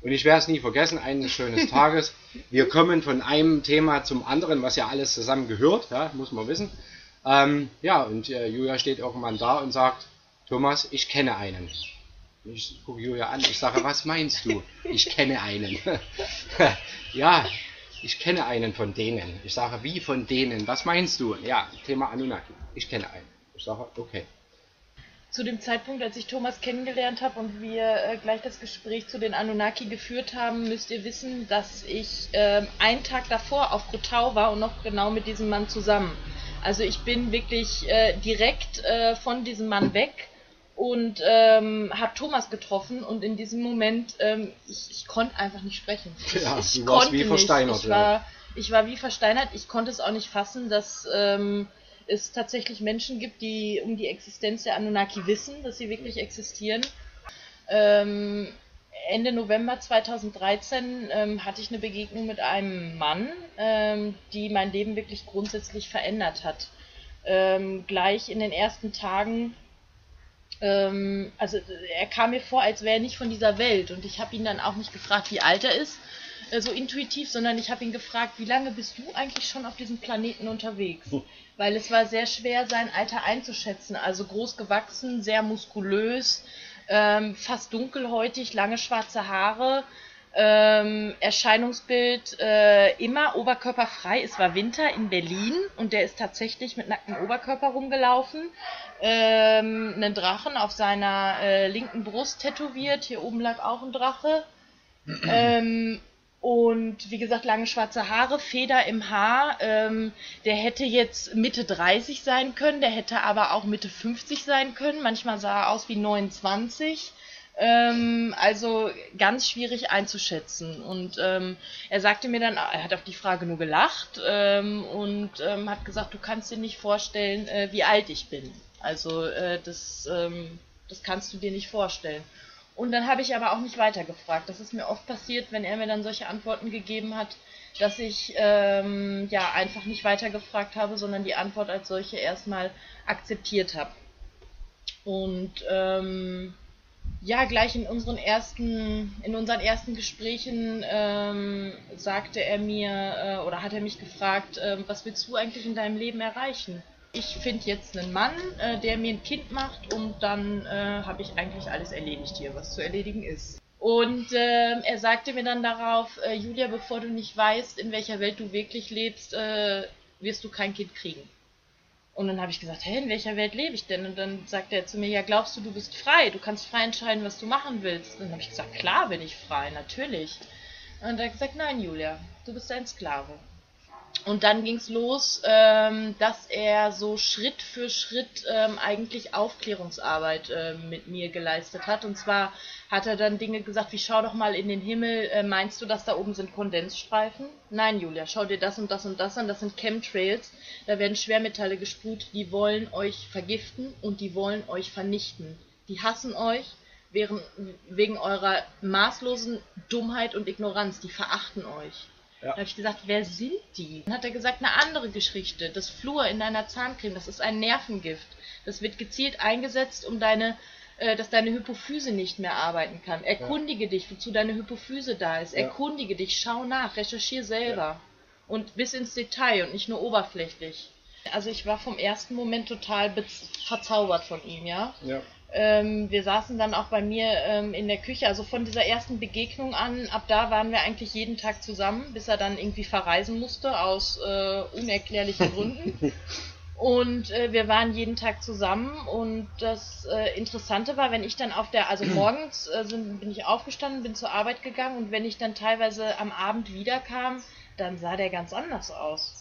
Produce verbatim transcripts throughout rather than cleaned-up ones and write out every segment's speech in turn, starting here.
Und ich werde es nie vergessen, eines schönen Tages, wir kommen von einem Thema zum anderen, was ja alles zusammen gehört, ja, muss man wissen. Ähm, ja, und äh, Julia steht irgendwann da und sagt, Thomas, ich kenne einen. Ich gucke Julia an, ich sage, was meinst du? Ich kenne einen. Ja, ich kenne einen von denen. Ich sage, wie von denen? Was meinst du? Ja, Thema Anunnaki. Ich kenne einen. Ich sage, okay. Zu dem Zeitpunkt, als ich Thomas kennengelernt habe und wir äh, gleich das Gespräch zu den Anunnaki geführt haben, müsst ihr wissen, dass ich äh, einen Tag davor auf Koh Tao war und noch genau mit diesem Mann zusammen. Also ich bin wirklich äh, direkt äh, von diesem Mann weg und ähm, habe Thomas getroffen und in diesem Moment, ähm, ich, ich konnte einfach nicht sprechen. Ich, ja, ich du warst wie versteinert. Ich war, ich war wie versteinert, ich konnte es auch nicht fassen, dass ähm, es tatsächlich Menschen gibt, die um die Existenz der Anunnaki wissen, dass sie wirklich existieren. Ähm, Ende November zweitausenddreizehn ähm, hatte ich eine Begegnung mit einem Mann, ähm, die mein Leben wirklich grundsätzlich verändert hat. Ähm, gleich in den ersten Tagen, ähm, also er kam mir vor, als wäre er nicht von dieser Welt und ich habe ihn dann auch nicht gefragt, wie alt er ist, äh, so intuitiv, sondern ich habe ihn gefragt, wie lange bist du eigentlich schon auf diesem Planeten unterwegs? Hm. Weil es war sehr schwer, sein Alter einzuschätzen, also groß gewachsen, sehr muskulös, Ähm, fast dunkelhäutig, lange schwarze Haare, ähm, Erscheinungsbild äh, immer oberkörperfrei. Es war Winter in Berlin und der ist tatsächlich mit nacktem Oberkörper rumgelaufen, ähm, einen Drachen auf seiner äh, linken Brust tätowiert, hier oben lag auch ein Drache. ähm, Und wie gesagt, lange schwarze Haare, Feder im Haar. Ähm, der hätte jetzt Mitte dreißig sein können, der hätte aber auch Mitte fünfzig sein können. Manchmal sah er aus wie neunundzwanzig. Ähm, also ganz schwierig einzuschätzen. Und ähm, er sagte mir dann, er hat auf die Frage nur gelacht ähm, und ähm, hat gesagt, du kannst dir nicht vorstellen, äh, wie alt ich bin. Also äh, das, ähm, das kannst du dir nicht vorstellen. Und dann habe ich aber auch nicht weiter gefragt. Das ist mir oft passiert, wenn er mir dann solche Antworten gegeben hat, dass ich ähm, ja einfach nicht weiter gefragt habe, sondern die Antwort als solche erstmal akzeptiert habe. Und ähm, ja, gleich in unseren ersten, in unseren ersten Gesprächen ähm, sagte er mir äh, oder hat er mich gefragt, äh, was willst du eigentlich in deinem Leben erreichen? Ich finde jetzt einen Mann, äh, der mir ein Kind macht und dann äh, habe ich eigentlich alles erledigt hier, was zu erledigen ist. Und äh, er sagte mir dann darauf, äh, Julia, bevor du nicht weißt, in welcher Welt du wirklich lebst, äh, wirst du kein Kind kriegen. Und dann habe ich gesagt, hä, in welcher Welt lebe ich denn? Und dann sagte er zu mir, ja, glaubst du, du bist frei, du kannst frei entscheiden, was du machen willst. Und dann habe ich gesagt, klar bin ich frei, natürlich. Und er hat gesagt, nein, Julia, du bist ein Sklave. Und dann ging es los, ähm, dass er so Schritt für Schritt ähm, eigentlich Aufklärungsarbeit äh, mit mir geleistet hat. Und zwar hat er dann Dinge gesagt wie, schau doch mal in den Himmel, äh, meinst du, dass da oben sind Kondensstreifen? Nein, Julia, schau dir das und das und das an, das sind Chemtrails, da werden Schwermetalle gesprüht, die wollen euch vergiften und die wollen euch vernichten. Die hassen euch wegen, wegen eurer maßlosen Dummheit und Ignoranz, die verachten euch. Ja. Da habe ich gesagt, wer sind die? Dann hat er gesagt, eine andere Geschichte. Das Fluor in deiner Zahncreme, das ist ein Nervengift. Das wird gezielt eingesetzt, um deine, äh, dass deine Hypophyse nicht mehr arbeiten kann. Erkundige ja. dich, wozu deine Hypophyse da ist. Ja. Erkundige dich, schau nach, recherchiere selber. Ja. Und bis ins Detail und nicht nur oberflächlich. Also ich war vom ersten Moment total verzaubert von ihm, ja. ja. Ähm, wir saßen dann auch bei mir ähm, in der Küche, also von dieser ersten Begegnung an, ab da waren wir eigentlich jeden Tag zusammen, bis er dann irgendwie verreisen musste, aus äh, unerklärlichen Gründen. Und äh, wir waren jeden Tag zusammen und das äh, Interessante war, wenn ich dann auf der, also morgens äh, sind, bin ich aufgestanden, bin zur Arbeit gegangen und wenn ich dann teilweise am Abend wiederkam, dann sah der ganz anders aus.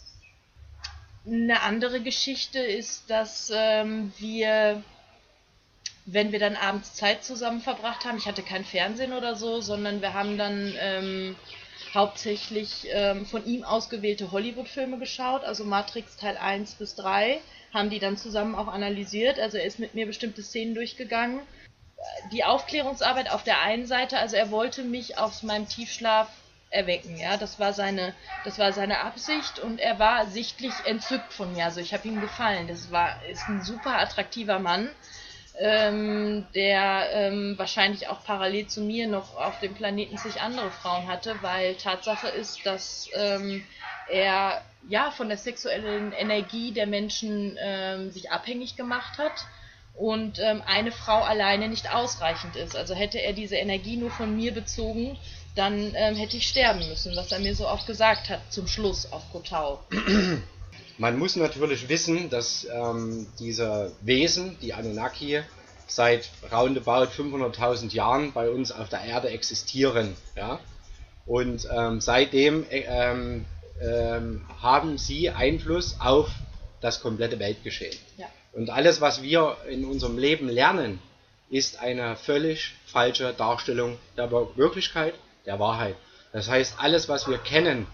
Eine andere Geschichte ist, dass ähm, wir... wenn wir dann abends Zeit zusammen verbracht haben, ich hatte kein Fernsehen oder so, sondern wir haben dann ähm, hauptsächlich ähm, von ihm ausgewählte Hollywood-Filme geschaut, also Matrix Teil eins bis drei, haben die dann zusammen auch analysiert, also er ist mit mir bestimmte Szenen durchgegangen. Die Aufklärungsarbeit auf der einen Seite, also er wollte mich aus meinem Tiefschlaf erwecken, ja, das war seine, das war seine Absicht und er war sichtlich entzückt von mir, also ich habe ihm gefallen, das war, ist ein super attraktiver Mann. ähm, der ähm, wahrscheinlich auch parallel zu mir noch auf dem Planeten zig andere Frauen hatte, weil Tatsache ist, dass ähm, er ja von der sexuellen Energie der Menschen ähm, sich abhängig gemacht hat und ähm, eine Frau alleine nicht ausreichend ist. Also hätte er diese Energie nur von mir bezogen, dann ähm, hätte ich sterben müssen, was er mir so oft gesagt hat, zum Schluss auf Kotau. Man muss natürlich wissen, dass ähm, diese Wesen, die Anunnaki, seit roundabout fünfhunderttausend Jahren bei uns auf der Erde existieren. Ja? Und ähm, seitdem äh, ähm, ähm, haben sie Einfluss auf das komplette Weltgeschehen. Ja. Und alles, was wir in unserem Leben lernen, ist eine völlig falsche Darstellung der Wirklichkeit, der Wahrheit. Das heißt, alles, was wir kennen,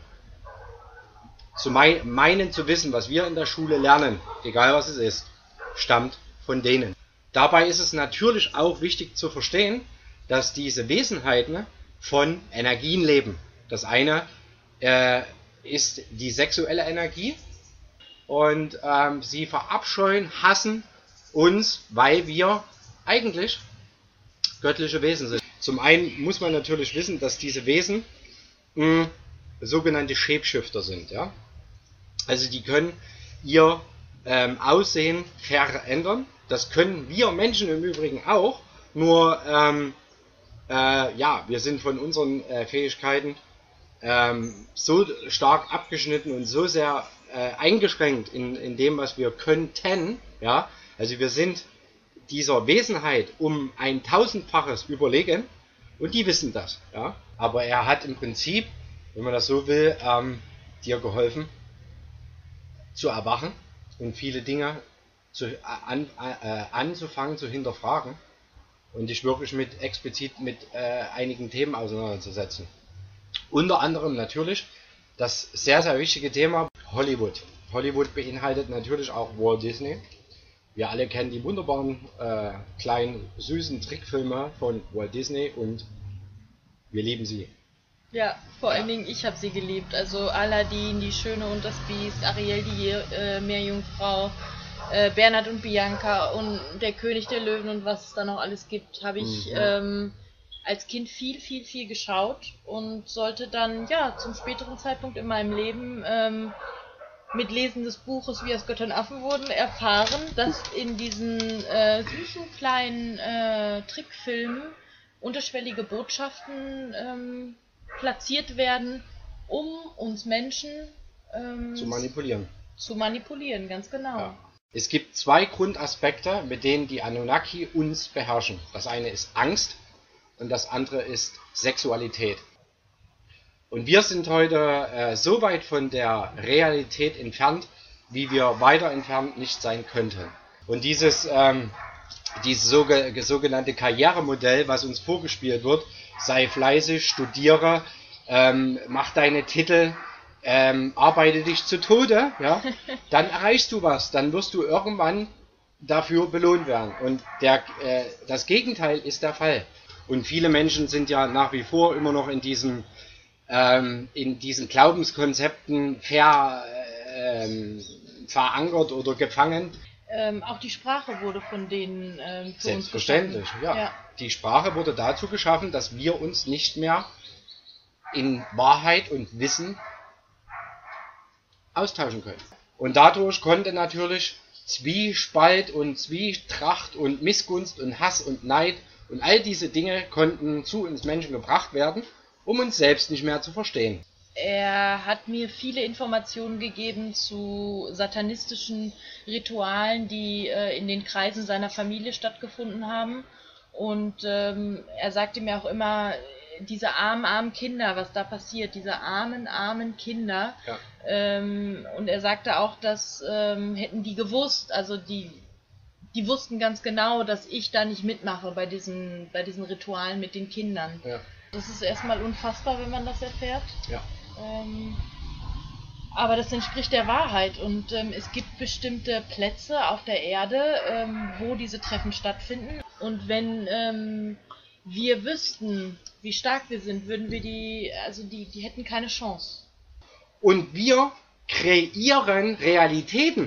zu mei meinen zu wissen, was wir in der Schule lernen, egal was es ist, stammt von denen. Dabei ist es natürlich auch wichtig zu verstehen, dass diese Wesenheiten von Energien leben. Das eine äh, ist die sexuelle Energie und ähm, sie verabscheuen, hassen uns, weil wir eigentlich göttliche Wesen sind. Zum einen muss man natürlich wissen, dass diese Wesen mh, sogenannte Shapeshifter sind. Ja? Also die können ihr ähm, Aussehen verändern. Das können wir Menschen im Übrigen auch, nur ähm, äh, ja, wir sind von unseren äh, Fähigkeiten ähm, so stark abgeschnitten und so sehr äh, eingeschränkt in, in dem, was wir könnten. Ja? Also wir sind dieser Wesenheit um ein tausendfaches überlegen und die wissen das. Ja? Aber er hat im Prinzip, wenn man das so will, ähm, dir geholfen zu erwachen und viele Dinge zu, äh, an, äh, anzufangen zu hinterfragen und dich wirklich mit explizit mit äh, einigen Themen auseinanderzusetzen. Unter anderem natürlich das sehr, sehr wichtige Thema Hollywood. Hollywood beinhaltet natürlich auch Walt Disney. Wir alle kennen die wunderbaren, äh, kleinen, süßen Trickfilme von Walt Disney und wir lieben sie. Ja, vor allen Dingen, ich habe sie geliebt. Also Aladdin, Die Schöne und das Biest, Ariel, die äh, Meerjungfrau, äh, Bernhard und Bianca und Der König der Löwen und was es da noch alles gibt, habe ich mhm. ähm, als Kind viel, viel, viel geschaut und sollte dann, ja, zum späteren Zeitpunkt in meinem Leben ähm, mit Lesen des Buches Wie aus Göttern Affen wurden erfahren, dass in diesen äh, süßen kleinen äh, Trickfilmen unterschwellige Botschaften ähm, platziert werden, um uns Menschen ähm, zu manipulieren. Zu manipulieren, ganz genau. Ja. Es gibt zwei Grundaspekte, mit denen die Anunnaki uns beherrschen. Das eine ist Angst und das andere ist Sexualität. Und wir sind heute äh, so weit von der Realität entfernt, wie wir weiter entfernt nicht sein könnten. Und dieses, ähm, dieses sogenannte Karrieremodell, was uns vorgespielt wird, sei fleißig, studiere, ähm, mach deine Titel, ähm, arbeite dich zu Tode, ja, dann erreichst du was, dann wirst du irgendwann dafür belohnt werden. Und der, äh, das Gegenteil ist der Fall. Und viele Menschen sind ja nach wie vor immer noch in diesem ähm, in diesen Glaubenskonzepten ver, ähm, verankert oder gefangen. Ähm, auch die Sprache wurde von denen ähm, für Selbstverständlich, uns ja. ja. Die Sprache wurde dazu geschaffen, dass wir uns nicht mehr in Wahrheit und Wissen austauschen können. Und dadurch konnte natürlich Zwiespalt und Zwietracht und Missgunst und Hass und Neid und all diese Dinge konnten zu uns Menschen gebracht werden, um uns selbst nicht mehr zu verstehen. Er hat mir viele Informationen gegeben zu satanistischen Ritualen, die äh, in den Kreisen seiner Familie stattgefunden haben. Und ähm, er sagte mir auch immer, diese armen, armen Kinder, was da passiert, diese armen, armen Kinder. Ja. Ähm, und er sagte auch, dass ähm, hätten die gewusst, also die, die wussten ganz genau, dass ich da nicht mitmache bei diesen, bei diesen Ritualen mit den Kindern. Ja. Das ist erstmal unfassbar, wenn man das erfährt. Ja. Ähm, aber das entspricht der Wahrheit und ähm, es gibt bestimmte Plätze auf der Erde, ähm, wo diese Treffen stattfinden. Und wenn ähm, wir wüssten, wie stark wir sind, würden wir die, also die, die hätten keine Chance. Und wir kreieren Realitäten.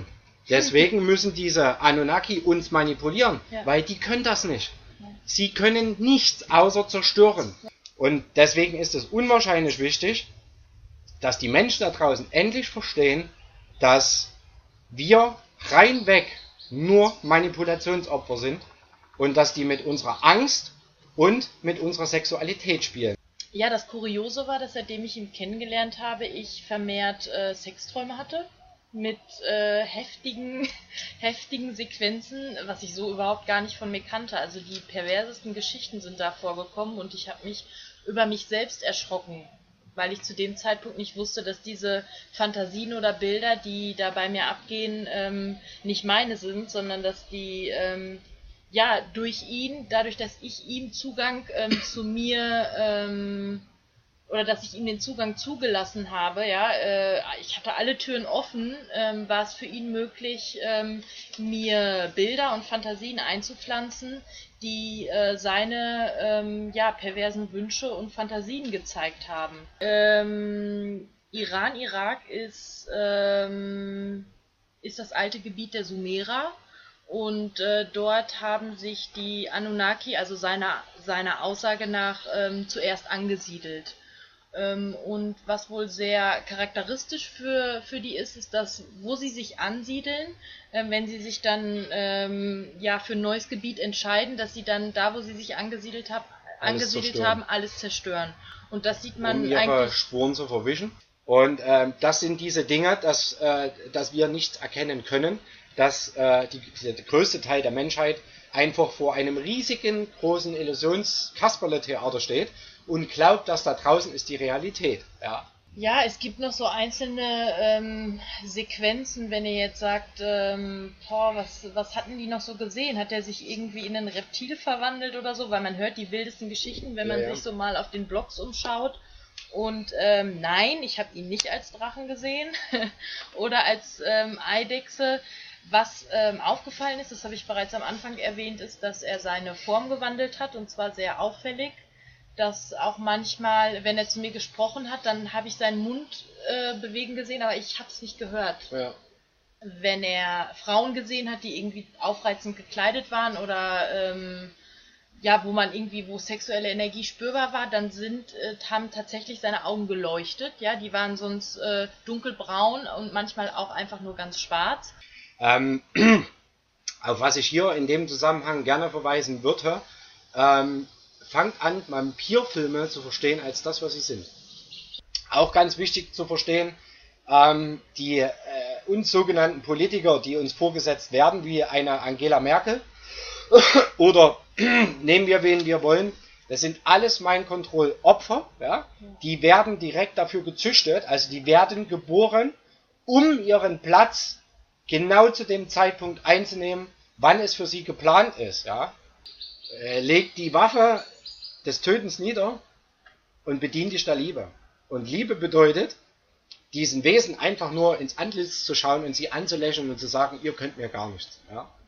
Deswegen müssen diese Anunnaki uns manipulieren, Ja. weil die können das nicht. Sie können nichts außer zerstören. Und deswegen ist es unwahrscheinlich wichtig, dass die Menschen da draußen endlich verstehen, dass wir reinweg nur Manipulationsopfer sind und dass die mit unserer Angst und mit unserer Sexualität spielen. Ja, das Kuriose war, dass seitdem ich ihn kennengelernt habe, ich vermehrt äh, Sexträume hatte mit äh, heftigen, heftigen Sequenzen, was ich so überhaupt gar nicht von mir kannte. Also die perversesten Geschichten sind da vorgekommen und ich habe mich über mich selbst erschrocken, weil ich zu dem Zeitpunkt nicht wusste, dass diese Fantasien oder Bilder, die da bei mir abgehen, ähm, nicht meine sind, sondern dass die ähm, ja durch ihn, dadurch, dass ich ihm Zugang ähm, zu mir ähm, oder dass ich ihm den Zugang zugelassen habe, ja, äh, ich hatte alle Türen offen, ähm, war es für ihn möglich, ähm, mir Bilder und Fantasien einzupflanzen, die äh, seine ähm, ja, perversen Wünsche und Fantasien gezeigt haben. Ähm, Iran, Irak ist, ähm, ist das alte Gebiet der Sumerer. Und äh, dort haben sich die Anunnaki, also seiner, seiner Aussage nach, ähm, zuerst angesiedelt. Ähm, und was wohl sehr charakteristisch für, für die ist, ist, dass, wo sie sich ansiedeln, ähm, wenn sie sich dann ähm, ja, für ein neues Gebiet entscheiden, dass sie dann da, wo sie sich angesiedelt, hab, angesiedelt zerstören. haben, alles zerstören. Und das sieht man Um ihre eigentlich. Spuren zu verwischen. Und ähm, das sind diese Dinge, dass, äh, dass wir nicht erkennen können, dass äh, die, der größte Teil der Menschheit einfach vor einem riesigen, großen Illusions-Kasperle-Theater steht und glaubt, dass da draußen ist die Realität. Ja, Ja, es gibt noch so einzelne ähm, Sequenzen, wenn ihr jetzt sagt, ähm, boah, was, was hatten die noch so gesehen? Hat er sich irgendwie in ein Reptil verwandelt oder so? Weil man hört die wildesten Geschichten, wenn man Ja, ja. sich so mal auf den Blogs umschaut. Und ähm, nein, ich habe ihn nicht als Drachen gesehen oder als ähm, Eidechse. Was ähm, aufgefallen ist, das habe ich bereits am Anfang erwähnt, ist, dass er seine Form gewandelt hat, und zwar sehr auffällig. Dass auch manchmal, wenn er zu mir gesprochen hat, dann habe ich seinen Mund äh, bewegen gesehen, aber ich habe es nicht gehört. ja. Wenn er Frauen gesehen hat, die irgendwie aufreizend gekleidet waren oder ähm, ja, wo man irgendwie, wo sexuelle Energie spürbar war, dann sind, äh, haben tatsächlich seine Augen geleuchtet. Ja, die waren sonst äh, dunkelbraun und manchmal auch einfach nur ganz schwarz. Ähm, auf was ich hier in dem Zusammenhang gerne verweisen würde, ähm, fangt an, Vampirfilme zu verstehen als das, was sie sind. Auch ganz wichtig zu verstehen, ähm, die äh, uns sogenannten Politiker, die uns vorgesetzt werden, wie eine Angela Merkel, oder nehmen wir, wen wir wollen, das sind alles Mind-Control-Opfer, ja? Die werden direkt dafür gezüchtet, also die werden geboren, um ihren Platz genau zu dem Zeitpunkt einzunehmen, wann es für sie geplant ist. Ja? Äh, legt die Waffe des Tötens nieder und bedient dich der Liebe. Und Liebe bedeutet, diesen Wesen einfach nur ins Antlitz zu schauen und sie anzulächeln und zu sagen, ihr könnt mir gar nichts. Ja?